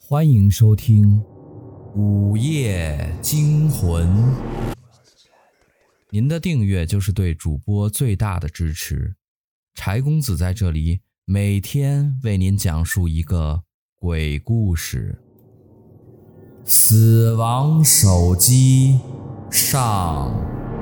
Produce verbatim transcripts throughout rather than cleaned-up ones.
欢迎收听午夜惊魂。您的订阅就是对主播最大的支持。柴公子在这里每天为您讲述一个鬼故事。死亡手机上。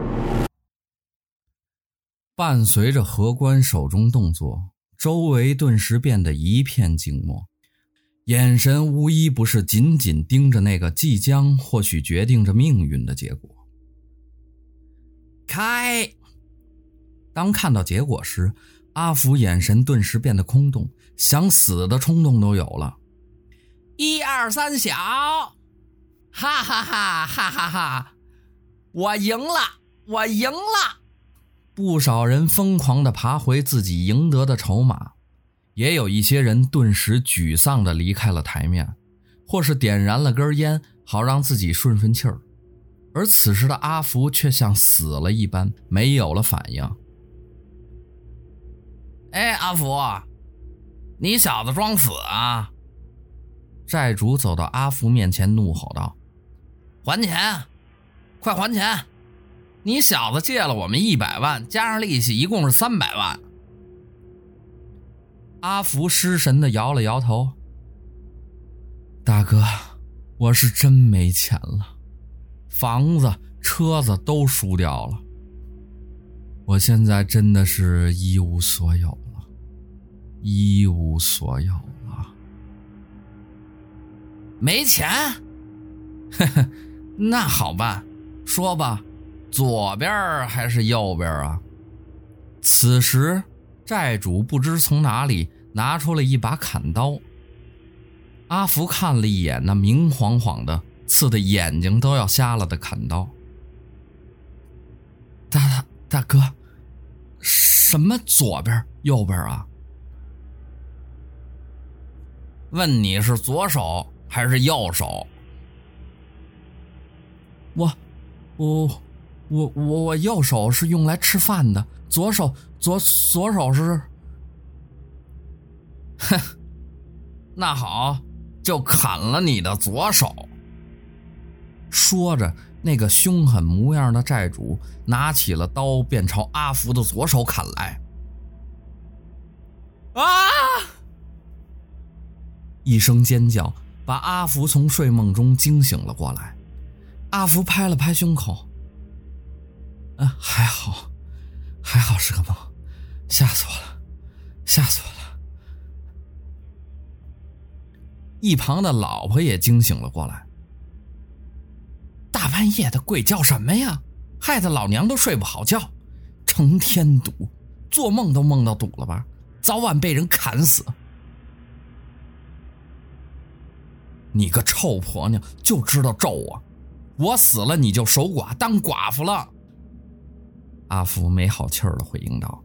伴随着荷官手中动作，周围顿时变得一片静默，眼神无一不是紧紧盯着那个即将或许决定着命运的结果。开！当看到结果时，阿福眼神顿时变得空洞，想死的冲动都有了。一二三小，哈哈哈哈哈哈！我赢了，我赢了！不少人疯狂地爬回自己赢得的筹码，也有一些人顿时沮丧地离开了台面，或是点燃了根烟，好让自己顺顺气儿。而此时的阿福却像死了一般，没有了反应。哎，阿福，你小子装死啊！债主走到阿福面前怒吼道：还钱，快还钱！你小子借了我们一百万，加上利息一共是三百万。阿福失神地摇了摇头：大哥，我是真没钱了，房子车子都输掉了，我现在真的是一无所有了，一无所有了。没钱？呵呵，那好办，说吧，左边还是右边啊？此时债主不知从哪里拿出了一把砍刀，阿福看了一眼那明晃晃的刺得眼睛都要瞎了的砍刀。大大哥，什么左边右边啊？问你是左手还是右手？我我我我我右手是用来吃饭的，左手左左手是……哼，那好，就砍了你的左手。说着，那个凶狠模样的债主拿起了刀，便朝阿福的左手砍来。啊！一声尖叫把阿福从睡梦中惊醒了过来。阿福拍了拍胸口，啊，还好，还好是个梦，吓死我了，吓死我了。一旁的老婆也惊醒了过来。大半夜的鬼叫什么呀？害得老娘都睡不好觉，成天赌，做梦都梦到赌了吧，早晚被人砍死。你个臭婆娘就知道咒我，我死了你就守寡当寡妇了。阿福没好气儿地回应道。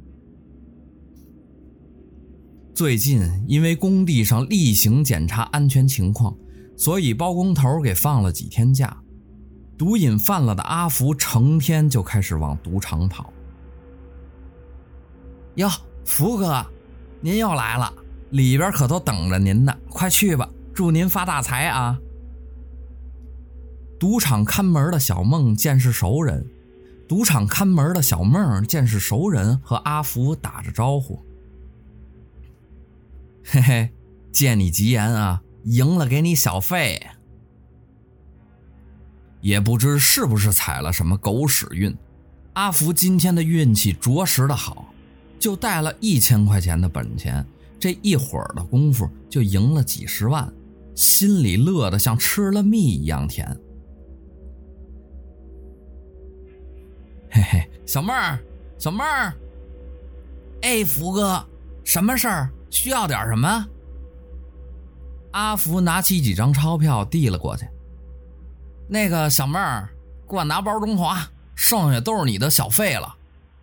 最近因为工地上例行检查安全情况，所以包工头给放了几天假。毒瘾犯了的阿福成天就开始往赌场跑。哟，福哥，您又来了，里边可都等着您呢，快去吧，祝您发大财啊！赌场看门的小孟见是熟人，赌场看门的小孟见是熟人，和阿福打着招呼。嘿嘿，借你吉言啊，赢了给你小费。也不知是不是踩了什么狗屎运，阿福今天的运气着实的好，就带了一千块钱的本钱，这一会儿的功夫就赢了几十万，心里乐得像吃了蜜一样甜。嘿嘿，小妹儿，小妹儿，哎，福哥，什么事儿？需要点什么？阿福拿起几张钞票递了过去。那个小妹儿，给我拿包中华，剩下都是你的小费了。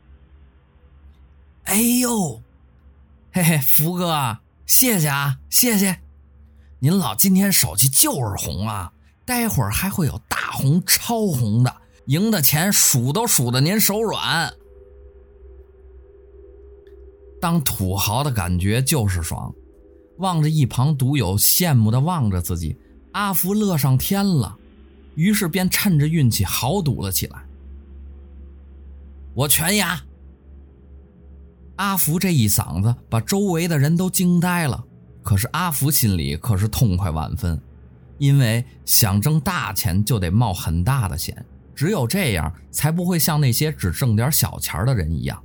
哎呦，嘿嘿，福哥，谢谢啊，谢谢。您老今天手气就是红啊，待会儿还会有大红超红的，赢的钱数都数得您手软。当土豪的感觉就是爽， 望着一旁赌友羡慕地望着自己，阿福乐上天了，于是便趁着运气豪赌了起来。我全压！阿福这一嗓子把周围的人都惊呆了，可是阿福心里可是痛快万分，因为想挣大钱就得冒很大的险，只有这样才不会像那些只挣点小钱的人一样。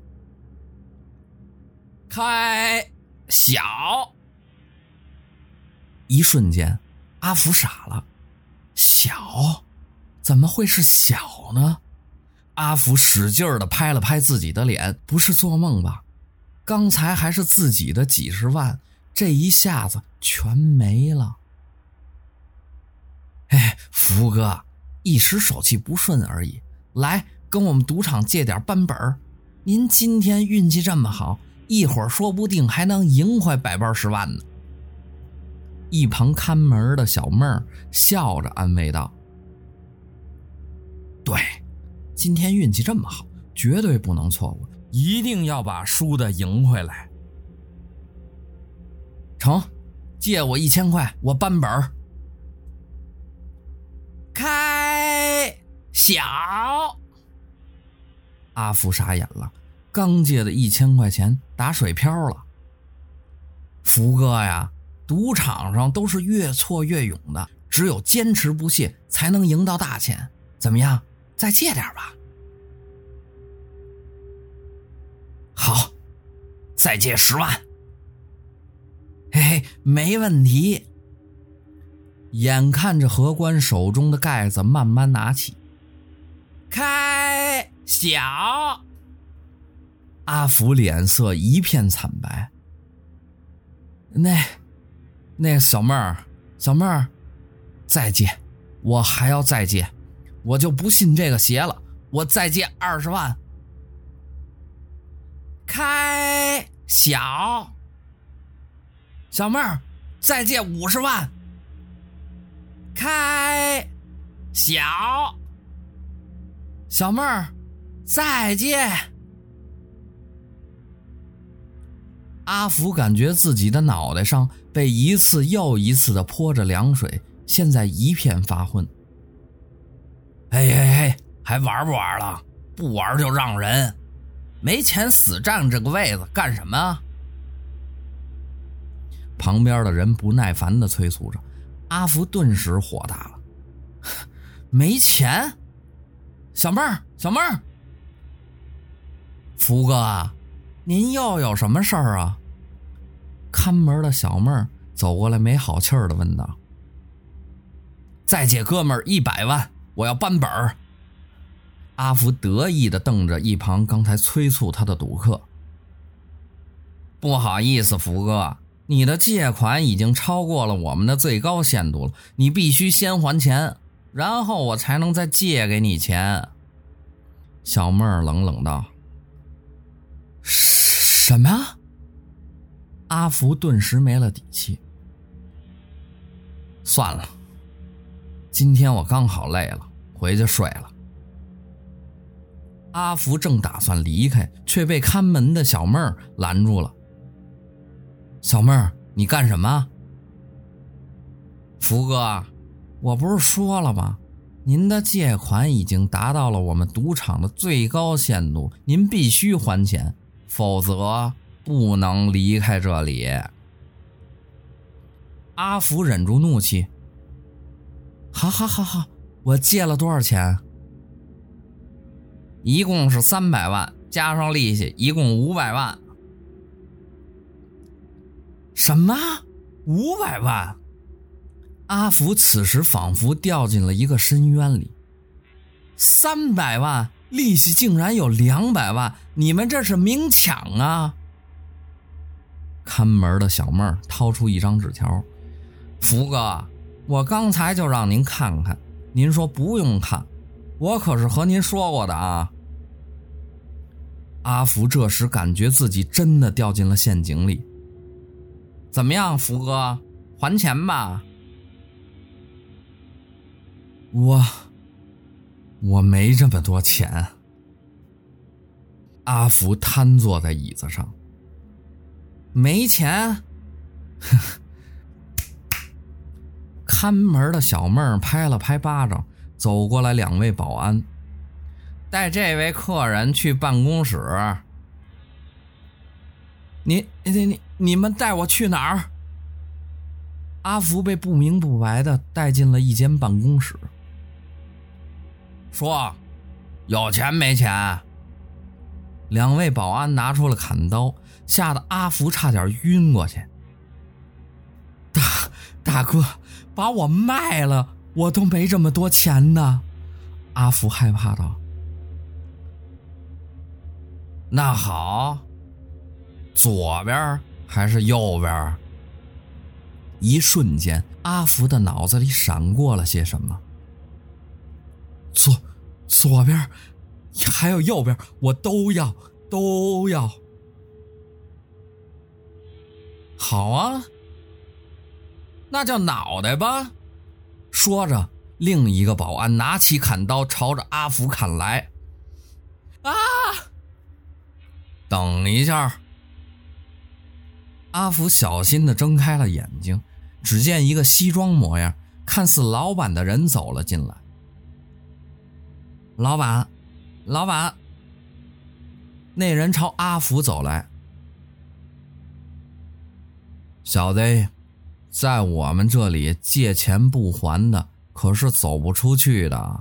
开小！一瞬间阿福傻了，小？怎么会是小呢？阿福使劲地拍了拍自己的脸，不是做梦吧？刚才还是自己的几十万，这一下子全没了。哎，福哥，一时手气不顺而已，来跟我们赌场借点扳本，您今天运气这么好，一会儿说不定还能赢回百八十万呢。一旁看门的小妹儿笑着安慰道：对，今天运气这么好，绝对不能错过，一定要把输的赢回来。成，借我一千块，我扳本。开小！阿福傻眼了，刚借的一千块钱打水漂了。福哥呀，赌场上都是越挫越勇的，只有坚持不懈才能赢到大钱。怎么样，再借点吧。好，再借十万。嘿嘿，没问题。眼看着荷官手中的盖子慢慢拿起，开小！阿福脸色一片惨白。那那小妹儿，小妹儿，再借，我还要再借，我就不信这个邪了，我再借二十万。开小！小妹儿，再借五十万。开小！小妹儿，再借！阿福感觉自己的脑袋上被一次又一次的泼着凉水，现在一片发昏。嘿嘿嘿，还玩不玩了？不玩就让人！没钱死占这个位子干什么？旁边的人不耐烦地催促着，阿福顿时火大了。没钱？小妹儿，小妹儿，福哥，您又有什么事儿啊？看门的小妹儿走过来，没好气儿地问道：再借哥们儿一百万，我要扳本儿。阿福得意地瞪着一旁刚才催促他的赌客。不好意思，福哥，你的借款已经超过了我们的最高限度了，你必须先还钱，然后我才能再借给你钱。小妹儿冷冷道。什么？阿福顿时没了底气。算了，今天我刚好累了，回去睡了。阿福正打算离开，却被看门的小妹儿拦住了。小妹儿，你干什么？福哥，我不是说了吗？您的借款已经达到了我们赌场的最高限度，您必须还钱，否则不能离开这里。阿福忍住怒气。好好好好，我借了多少钱？一共是三百万，加上利息，一共五百万。什么？五百万？阿福此时仿佛掉进了一个深渊里。三百万，利息竟然有两百万，你们这是明抢啊！看门的小妹儿掏出一张纸条：福哥，我刚才就让您看看，您说不用看，我可是和您说过的啊。阿福这时感觉自己真的掉进了陷阱里。怎么样，福哥，还钱吧。我我没这么多钱。阿福瘫坐在椅子上。没钱？ 看门的小妹儿拍了拍巴掌，走过来两位保安，带这位客人去办公室。你你你你们带我去哪儿？阿福被不明不白的带进了一间办公室。说，有钱没钱？两位保安拿出了砍刀，吓得阿福差点晕过去。大大哥，把我卖了，我都没这么多钱呢。阿福害怕道。那好，左边还是右边？一瞬间，阿福的脑子里闪过了些什么。左左边还有右边，我都要都要。好啊，那叫脑袋吧。说着，另一个保安拿起砍刀朝着阿福砍来。啊！等一下。阿福小心地睁开了眼睛，只见一个西装模样看似老板的人走了进来。老板，老板。那人朝阿福走来。小子，在我们这里借钱不还的可是走不出去的。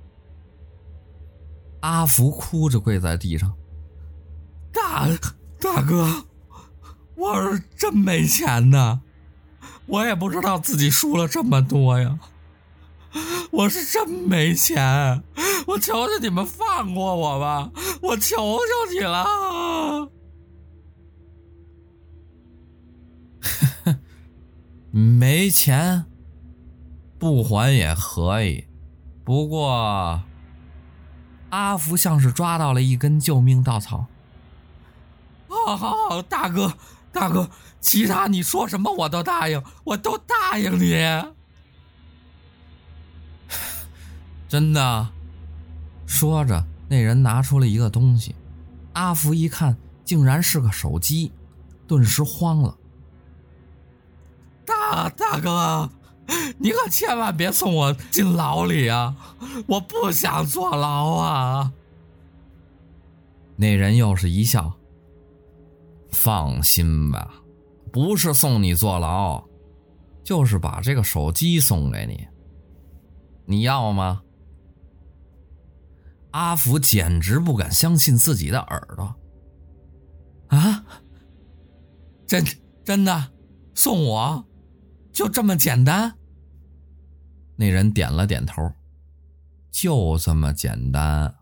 阿福哭着跪在地上。大大哥，我是真没钱呢，我也不知道自己输了这么多呀，我是真没钱，我求求你们放过我吧，我求求你了。没钱不还也可以，不过阿福像是抓到了一根救命稻草。好好好，大哥大哥，其他你说什么我都答应，我都答应你。真的。说着，那人拿出了一个东西，阿福一看竟然是个手机，顿时慌了。大大哥，你可千万别送我进牢里啊，我不想坐牢啊。那人又是一笑。放心吧，不是送你坐牢，就是把这个手机送给你，你要吗？阿福简直不敢相信自己的耳朵。啊，真真的送我，就这么简单？那人点了点头，就这么简单。